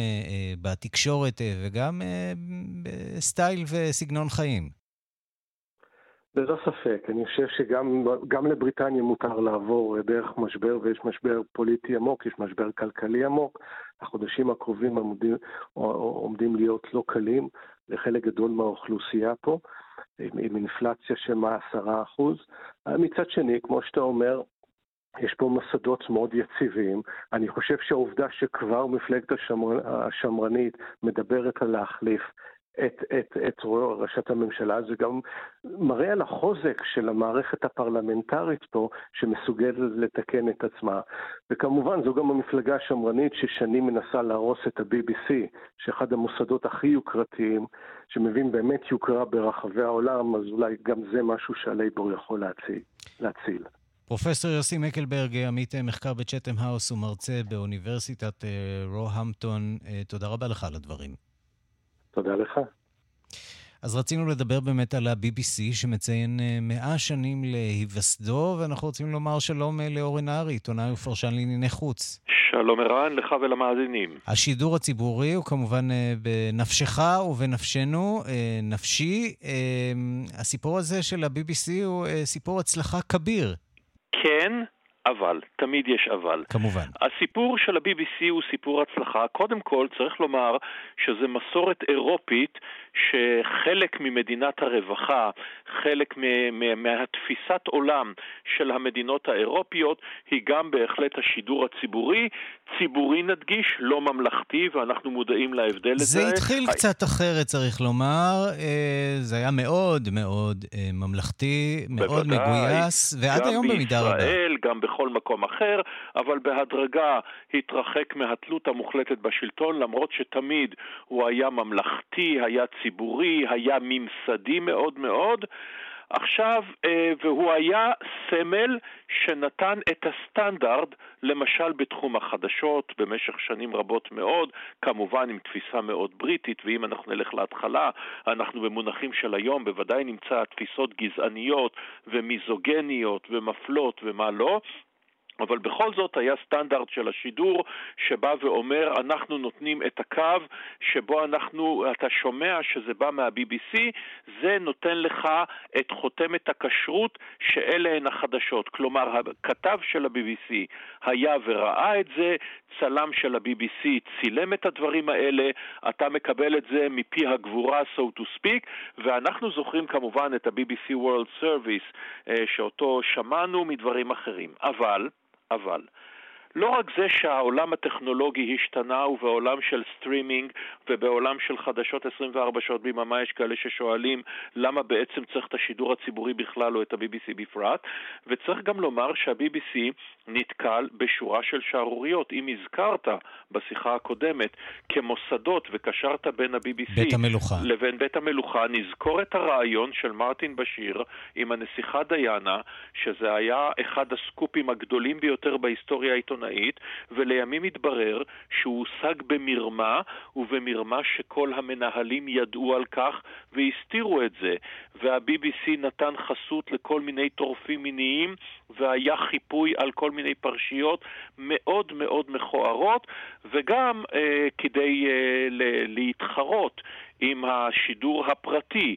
בתקשורת וגם בסטייל וסגנון חיים. ללא ספק, אני חושב שגם לבריטניה מותר לעבור דרך משבר, ויש משבר פוליטי עמוק, יש משבר כלכלי עמוק. החודשים הקרובים עומדים להיות לא קלים לחלק גדול מהאוכלוסייה פה, עם אינפלציה של 10%. מצד שני, כמו שאתה אומר, יש פה מסדות מאוד יציבים. אני חושב שהעובדה שכבר מפלגת השמרנית מדברת על להחליף את ראשת הממשלה, זה גם מראה על החוזק של המערכת הפרלמנטרית פה, שמסוגלת לתקן את עצמה. וכמובן, זו גם המפלגה השמרנית ששנים מנסה להרוס את ה-BBC, שאחד המוסדות הכי יוקרתיים, שמבין באמת יוקרה ברחבי העולם, אז אולי גם זה משהו שהלייבור יכול להציל. פרופסור יוסי מקלברג, עמית מחקר בצ'טם האוס ומרצה באוניברסיטת רוהמפטון, תודה רבה לך על הדברים. תודה לך. אז רצינו לדבר באמת על ה-BBC שמציין 100 שנים להיווסדו, ואנחנו רוצים לומר שלום לאורן נהרי, עיתונאי ופרשן לענייני חוץ. שלום ערן, לך ולמאזינים. השידור הציבורי הוא כמובן בנפשך ובנפשנו, נפשי. הסיפור הזה של ה-BBC הוא סיפור הצלחה כביר. כן, אבל, תמיד יש אבל. כמובן. הסיפור של ה-BBC הוא סיפור הצלחה. קודם כל צריך לומר שזה מסורת אירופית שחלק ממדינת הרווחה, חלק מהתפיסת עולם של המדינות האירופיות, היא גם בהחלט השידור הציבורי. ציבורי נדגיש, לא ממלכתי, ואנחנו מודעים להבדל הזה. זה התחיל קצת אחרת, צריך לומר. זה היה מאוד מאוד ממלכתי, מאוד מגויס, ועד היום במידה רבה. גם בישראל, גם בכל מקום אחר, אבל בהדרגה התרחק מהתלות המוחלטת בשלטון, למרות שתמיד הוא היה ממלכתי, היה ציבורי, היה ממסדי מאוד מאוד. עכשיו, והוא היה סמל שנתן את הסטנדרט, למשל בתחום החדשות, במשך שנים רבות מאוד, כמובן עם תפיסה מאוד בריטית, ואם אנחנו נלך להתחלה, אנחנו במונחים של היום, בוודאי נמצא תפיסות גזעניות ומיזוגניות ומפלות ומה לא, אבל בכל זאת היה סטנדרט של השידור שבא ואומר, אנחנו נותנים את הקו שבו אתה שומע שזה בא מה-BBC, זה נותן לך את חותמת הכשרות שאלה הן החדשות. כלומר, הכתב של ה-BBC היה וראה את זה, צלם של ה-BBC צילם את הדברים האלה, אתה מקבל את זה מפי הגבורה, so to speak, ואנחנו זוכרים כמובן את ה-BBC World Service, שאותו שמענו מדברים אחרים. אבל, לא רק זה שהעולם הטכנולוגי השתנה ובעולם של סטרימינג ובעולם של חדשות 24 שעות ביממה יש כאלה ששואלים למה בעצם צריך את השידור הציבורי בכלל או את ה-BBC בפרט, וצריך גם לומר שה-BBC נתקל בשורה של שערוריות. אם הזכרת בשיחה הקודמת כמוסדות וקשרת בין ה-BBC לבין בית המלוכה, נזכור את הרעיון של מרטין בשיר עם הנסיכה דיאנה, שזה היה אחד הסקופים הגדולים ביותר בהיסטוריה העיתונאית, ולימים התברר שהוא הושג במרמה, ובמרמה שכל המנהלים ידעו על כך והסתירו את זה, וה-BBC נתן חסות לכל מיני טורפים מיניים, והיה חיפוי על כל מיני פרשיות מאוד מאוד מכוערות, וגם כדי להתחרות עם השידור הפרטי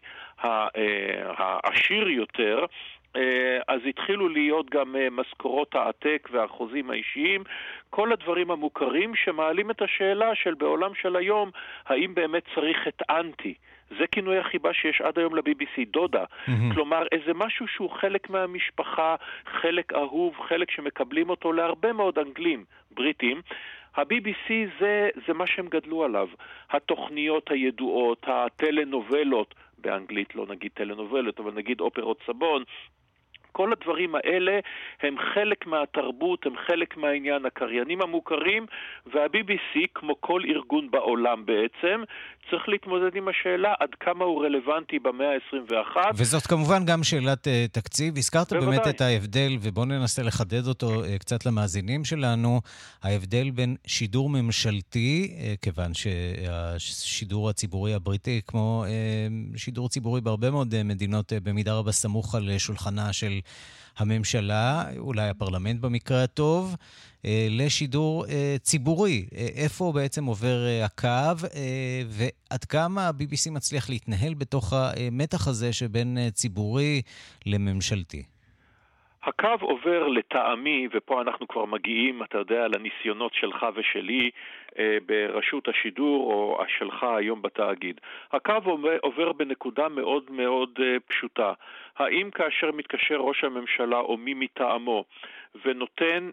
העשיר יותר, אז התחילו להיות גם משכורות העתק והחוזים האישיים, כל הדברים המוכרים שמעלים את השאלה של בעולם של היום, האם באמת צריך את אנטי? זה כינוי החיבה שיש עד היום ל-BBC, דודה. כלומר, איזה משהו שהוא חלק מהמשפחה, חלק אהוב, חלק שמקבלים אותו להרבה מאוד אנגלים, בריטים. ה-BBC זה מה שהם גדלו עליו. התוכניות הידועות, הטלנובלות, באנגלית לא נגיד טלנובלות, אבל נגיד אופרות סבון, כל הדברים האלה הם חלק מהתרבות, הם חלק מהעניין, הקריינים המוכרים, וה-BBC, כמו כל ארגון בעולם בעצם, צריך להתמודד עם השאלה עד כמה הוא רלוונטי במאה ה-21. וזאת כמובן גם שאלת תקציב. הזכרת בוודאי. באמת את ההבדל, ובואו ננסה לחדד אותו קצת למאזינים שלנו, ההבדל בין שידור ממשלתי, כיוון שהשידור הציבורי הבריטי, כמו שידור ציבורי בהרבה מאוד מדינות, במידה רבה סמוך על שולחנה של הממשלה, אולי הפרלמנט במקרה הטוב, לשידור ציבורי. איפה בעצם עובר הקו, ועד כמה ה-BBC מצליח להתנהל בתוך המתח הזה שבין ציבורי לממשלתי? הקו עובר לטעמי, ופה אנחנו כבר מגיעים, אתה יודע, לניסיונות שלך ושלי ברשות השידור, או שלך היום בתאגיד. הקו עובר בנקודה מאוד מאוד פשוטה. האם כאשר מתקשר ראש הממשלה או מי מטעמו, ונותן,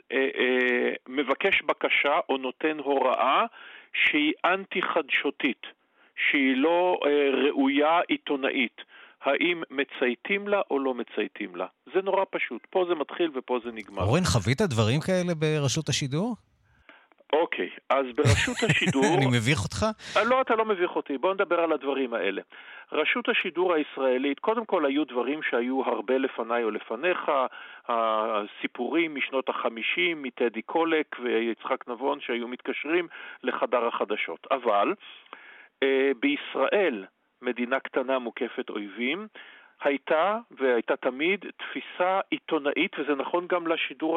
מבקש בקשה או נותן הוראה שהיא אנטי חדשותית, שהיא לא ראויה עיתונאית, האם מצייתים לה או לא מצייתים לה? זה נורא פשוט. פה זה מתחיל ופה זה נגמר. אורן, חווית דברים כאלה ברשות השידור? אוקיי, אז ברשות השידור... אני מביך אותך? לא, אתה לא מביך אותי. בוא נדבר על הדברים האלה. רשות השידור הישראלית, קודם כל היו דברים שהיו הרבה לפניי או לפניך, הסיפורים משנות ה-50, מטדי קולק ויצחק נבון שהיו מתקשרים לחדר החדשות. אבל בישראל, מדינה קטנה מוקפת אויבים, הייתה תמיד תפיסה עיתונאית, וזה נכון גם לשידור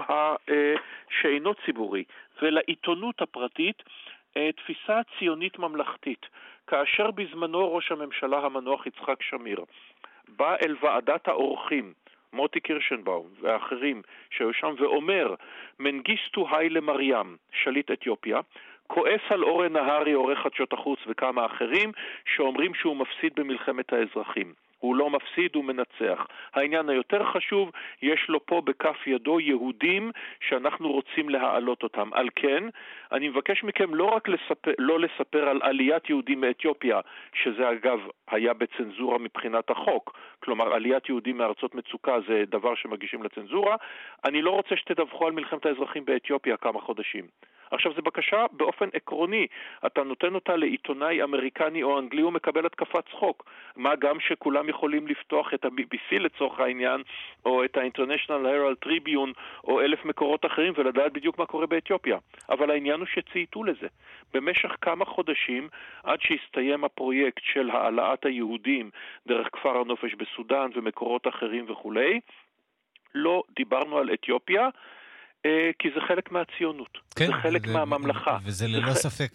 שאינו ציבורי, ולעיתונות הפרטית, תפיסה ציונית ממלכתית. כאשר בזמנו ראש הממשלה המנוח יצחק שמיר בא אל ועדת האורחים, מוטי קירשנבאום ואחרים שהיו שם, ואומר, מנגיסטו היילה מרים, שליט אתיופיה, כועס על אורן נהרי, עורך חדשות החוץ וכמה אחרים, שאומרים שהוא מפסיד במלחמת האזרחים. הוא לא מפסיד, הוא מנצח. העניין היותר חשוב, יש לו פה בכף ידו יהודים שאנחנו רוצים להעלות אותם. על כן, אני מבקש מכם לא רק לא לספר על עליית יהודים מאתיופיה, שזה אגב היה בצנזורה מבחינת החוק, כלומר עליית יהודים מארצות מצוקה זה דבר שמגישים לצנזורה, אני לא רוצה שתדווחו על מלחמת האזרחים באתיופיה כמה חודשים. עכשיו, זו בקשה באופן עקרוני. אתה נותן אותה לעיתונאי אמריקני או אנגלי, הוא מקבל התקפת צחוק. מה גם שכולם יכולים לפתוח את ה-BBC לצורך העניין, או את ה-International Herald Tribune, או 1,000 מקורות אחרים, ולדעת בדיוק מה קורה באתיופיה. אבל העניין הוא שצייתו לזה. במשך כמה חודשים, עד שהסתיים הפרויקט של העלאת היהודים דרך כפר הנופש בסודן ומקורות אחרים וכולי, לא דיברנו על אתיופיה, כי זה חלק מהציונות, כן, זה חלק מהממלכה. וזה ללא ספק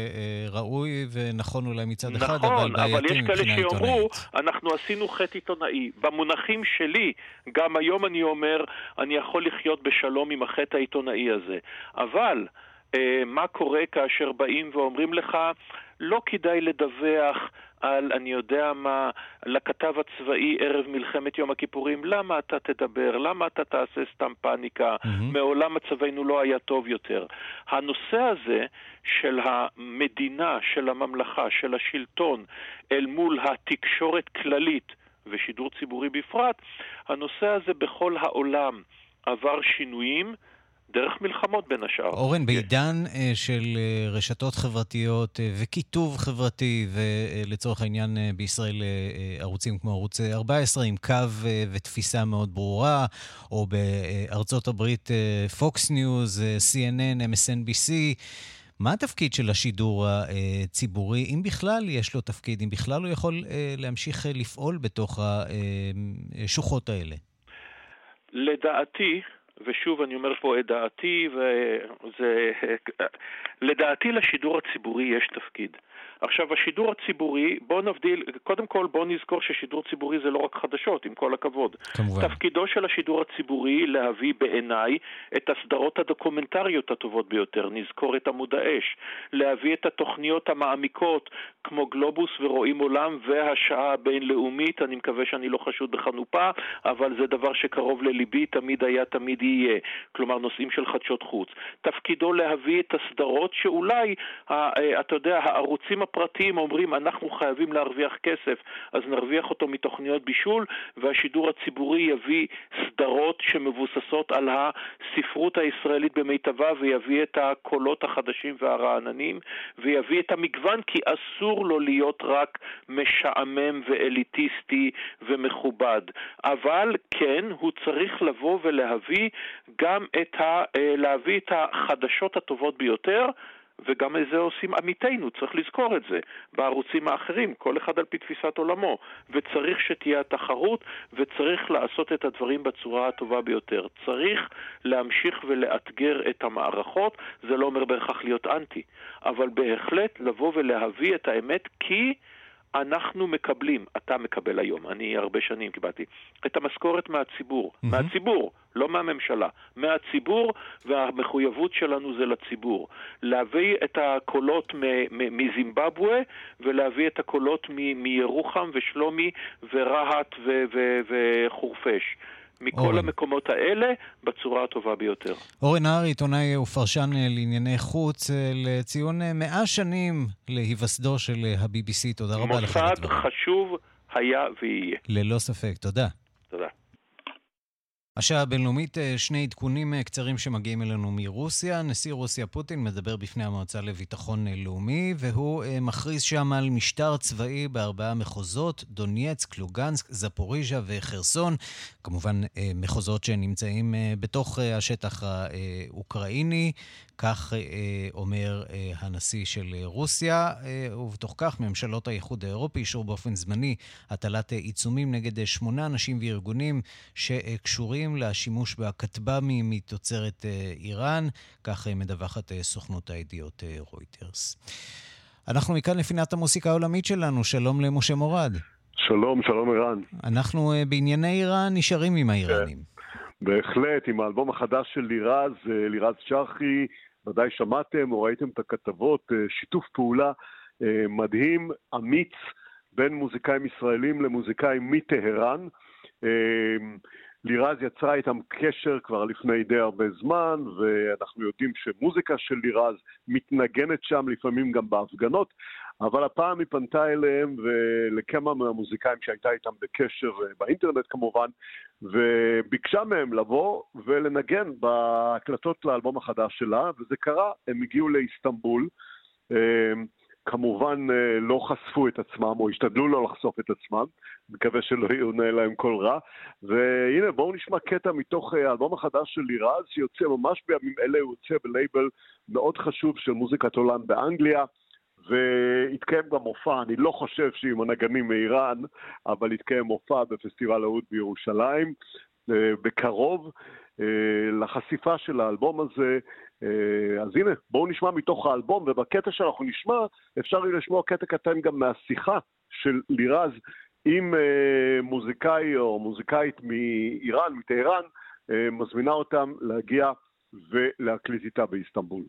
ראוי ונכון אולי מצד אחד, נכון, אבל יש כאלה שיאמרו, אנחנו עשינו חטא עיתונאי. במונחים שלי, גם היום אני אומר, אני יכול לחיות בשלום עם החטא העיתונאי הזה. אבל מה קורה כאשר באים ואומרים לך, לא כדאי לדווח על, אני יודע מה, לכתב הצבאי ערב מלחמת יום הכיפורים, למה אתה תדבר? למה אתה תעשה סתם פאניקה? מעולם מצבנו לא היה טוב יותר. הנושא הזה של המדינה, של הממלכה, של השלטון, אל מול התקשורת כללית ושידור ציבורי בפרט, הנושא הזה בכל העולם עבר שינויים, דרך מלחמות בין השאר. אורן, בעידן של רשתות חברתיות וכיתוב חברתי, ולצורך העניין בישראל ערוצים כמו ערוץ 14 עם קו ותפיסה מאוד ברורה, או בארצות הברית Fox News, CNN, MSNBC, מה התפקיד של השידור הציבורי? אם בכלל יש לו תפקיד, אם בכלל הוא יכול להמשיך לפעול בתוך השוחות האלה? לדעתי, ושוב אני אומר פה את דעתי, לדעתי לשידור הציבורי יש תפקיד. עכשיו, השידור הציבורי, בוא נבדיל, קודם כל בוא נזכור ששידור ציבורי זה לא רק חדשות, עם כל הכבוד. כמובן. תפקידו של השידור הציבורי להביא בעיניי את הסדרות הדוקומנטריות הטובות ביותר, נזכור את עמוד האש, להביא את התוכניות המעמיקות, כמו גלובוס ורואים עולם והשעה הבינלאומית, אני מקווה שאני לא חשוד בחנופה, אבל זה דבר שקרוב לליבי, תמיד היה, תמיד יהיה, כלומר נושאים של חדשות חוץ. תפקידו להביא את הסדרות שאולי, אתה יודע, הערוצים הפרטיים אומרים, אנחנו חייבים להרוויח כסף, אז נרוויח אותו מתוכניות בישול, והשידור הציבורי יביא סדרות שמבוססות על הספרות הישראלית במיטבה, ויביא את הקולות החדשים והרעננים, ויביא את המגוון, כי אסור לו להיות רק משעמם ואליטיסטי ומכובד. אבל כן, הוא צריך לבוא ולהביא גם להביא את החדשות הטובות ביותר, וגם את זה עושים עמיתינו, צריך לזכור את זה, בערוצים האחרים, כל אחד על פי תפיסת עולמו, וצריך שתהיה התחרות, וצריך לעשות את הדברים בצורה הטובה ביותר. צריך להמשיך ולאתגר את המערכות, זה לא אומר בהכרח להיות אנטי, אבל בהחלט לבוא ולהביא את האמת, כי אנחנו מקבלים, אתה מקבל היום, אני הרבה שנים קיבלתי, את המשכורת מהציבור, מהציבור, לא מהממשלה, מהציבור, והמחויבות שלנו זה לציבור. להביא את הקולות מזימבבואה, ולהביא את הקולות מירוחם ושלומי ורהט וחורפש. מכל המקומות האלה בצורה הטובה ביותר. אורן נהרי, עיתונאי ופרשן לענייני חוץ, לציון 100 שנים להיווסדו של ה-BBC. תודה רבה לך. מוסד חשוב היה ויהיה. ללא ספק, תודה. תודה. השעה הבינלאומית, שני עדכונים קצרים שמגיעים אלינו מרוסיה. נשיא רוסיה פוטין מדבר בפני המועצה לביטחון לאומי, והוא מכריז שם על משטר צבאי ב4 מחוזות, דונייצק, לוגנסק, זפוריז'ה וחרסון, כמובן מחוזות שנמצאים בתוך השטח האוקראיני. כך אומר הנשיא של רוסיה, ובתוך כך ממשלות האיחוד האירופי אישור באופן זמני הטלת עיצומים נגד 8 אנשים וארגונים שקשורים לשימוש בכטב"מים מתוצרת איראן, כך מדווחת סוכנות הידיעות רויטרס. אנחנו מכאן לפינת המוסיקה העולמית שלנו, שלום למשה מורד. שלום, שלום ערן. אנחנו בענייני איראן נשארים עם האיראנים. בהחלט, עם האלבום החדש של לירז שרחי, ודאי שמעתם או ראיתם את הכתבות, שיתוף פעולה מדהים, אמיץ, בין מוזיקאים ישראלים למוזיקאים מטהרן. לירז יצרה איתם קשר כבר לפני די הרבה זמן, ואנחנו יודעים שמוזיקה של לירז מתנגנת שם לפעמים גם בהפגנות, אבל הפעם היא פנתה אליהם ולכמה מהמוזיקאים שהייתה איתם בקשר באינטרנט כמובן, וביקשה מהם לבוא ולנגן בהקלטות לאלבום החדש שלה, וזה קרה, הם הגיעו לאיסטנבול, כמובן לא חשפו את עצמם, או השתדלו לא לחשוף את עצמם, מקווה שלא יעונה להם כל רע, והנה בואו נשמע קטע מתוך האלבום החדש של לירז, שיוצא ממש בימים אלה, הוא יוצא בלייבל מאוד חשוב של מוזיקת עולם באנגליה, והתקיים גם מופע, אני לא חושב שעם הנגנים מאיראן, אבל התקיים מופע בפסטיבל האוד בירושלים, בקרוב, לחשיפה של האלבום הזה. אז הנה, בואו נשמע מתוך האלבום, ובקטע שאנחנו נשמע, אפשר לשמוע קטע קטן גם מהשיחה של לירז עם מוזיקאי או מוזיקאית מאיראן, מטהרן, מזמינה אותם להגיע ולהקליט איתה באיסטנבול.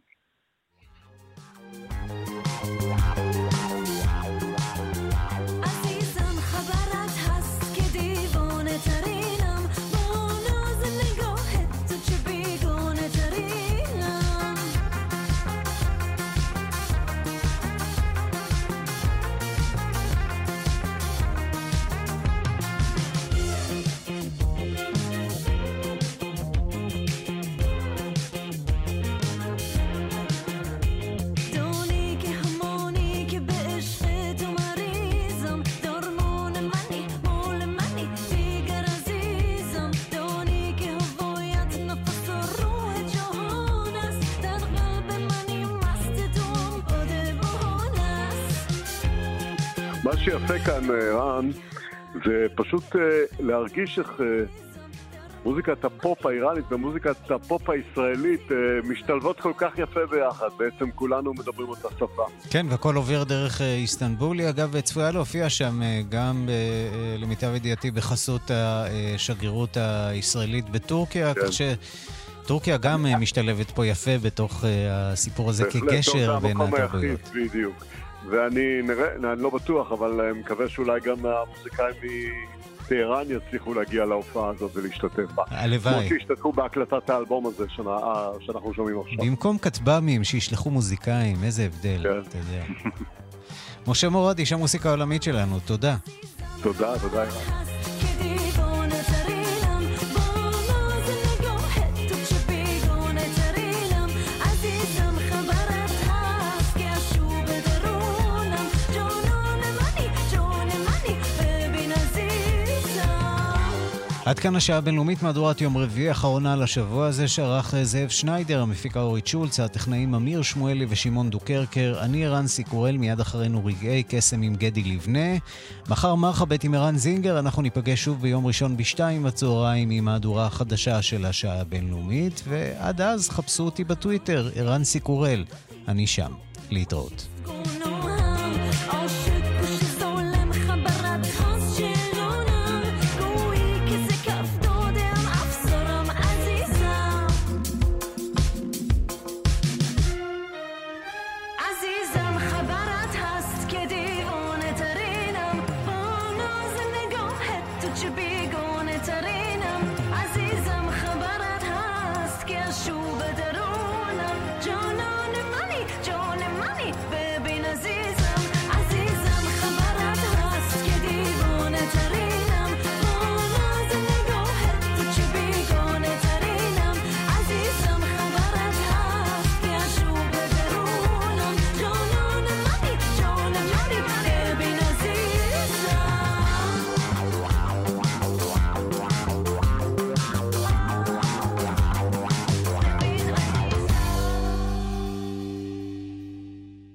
מה שיפה כאן, רן, זה פשוט להרגיש איך מוזיקת הפופ האיראנית ומוזיקת הפופ הישראלית משתלבות כל כך יפה ביחד. בעצם כולנו מדברים אותה שפה. כן, והכל עובר דרך איסטנבולי. אגב, צפויה להופיע שם גם, למיטב ידיעתי, בחסות השגרירות הישראלית בטורקיה, כך שטורקיה גם משתלבת פה יפה בתוך הסיפור הזה כגשר בין התרבויות. בדיוק. ואני לא בטוח, אבל אני מקווה שאולי גם המוזיקאים מטהרן יצליחו להגיע להופעה הזאת ולהשתתף בה. הלוואי. כמו שהשתתפו בהקלטת האלבום הזה שאנחנו שומעים עכשיו. במקום כטב"מים שישלחו מוזיקאים, איזה הבדל, אתה יודע. משה מורד, איש המוסיקה העולמית שלנו, תודה. תודה. עד כאן השעה הבינלאומית, מהדורת יום רביעי האחרונה לשבוע הזה, שערך זאב שניידר, המפיקה אורית שולץ, הטכנאים אמיר שמואלי ושמעון דוקרקר, אני ערן סיקורל, מיד אחרינו רגעי קסם עם גדי לבנה. מחר מרחבת עם ערן זינגר, אנחנו ניפגש שוב ביום ראשון ב14:00 עם מהדורה החדשה של השעה הבינלאומית, ועד אז חפשו אותי בטוויטר, ערן סיקורל, אני שם. להתראות.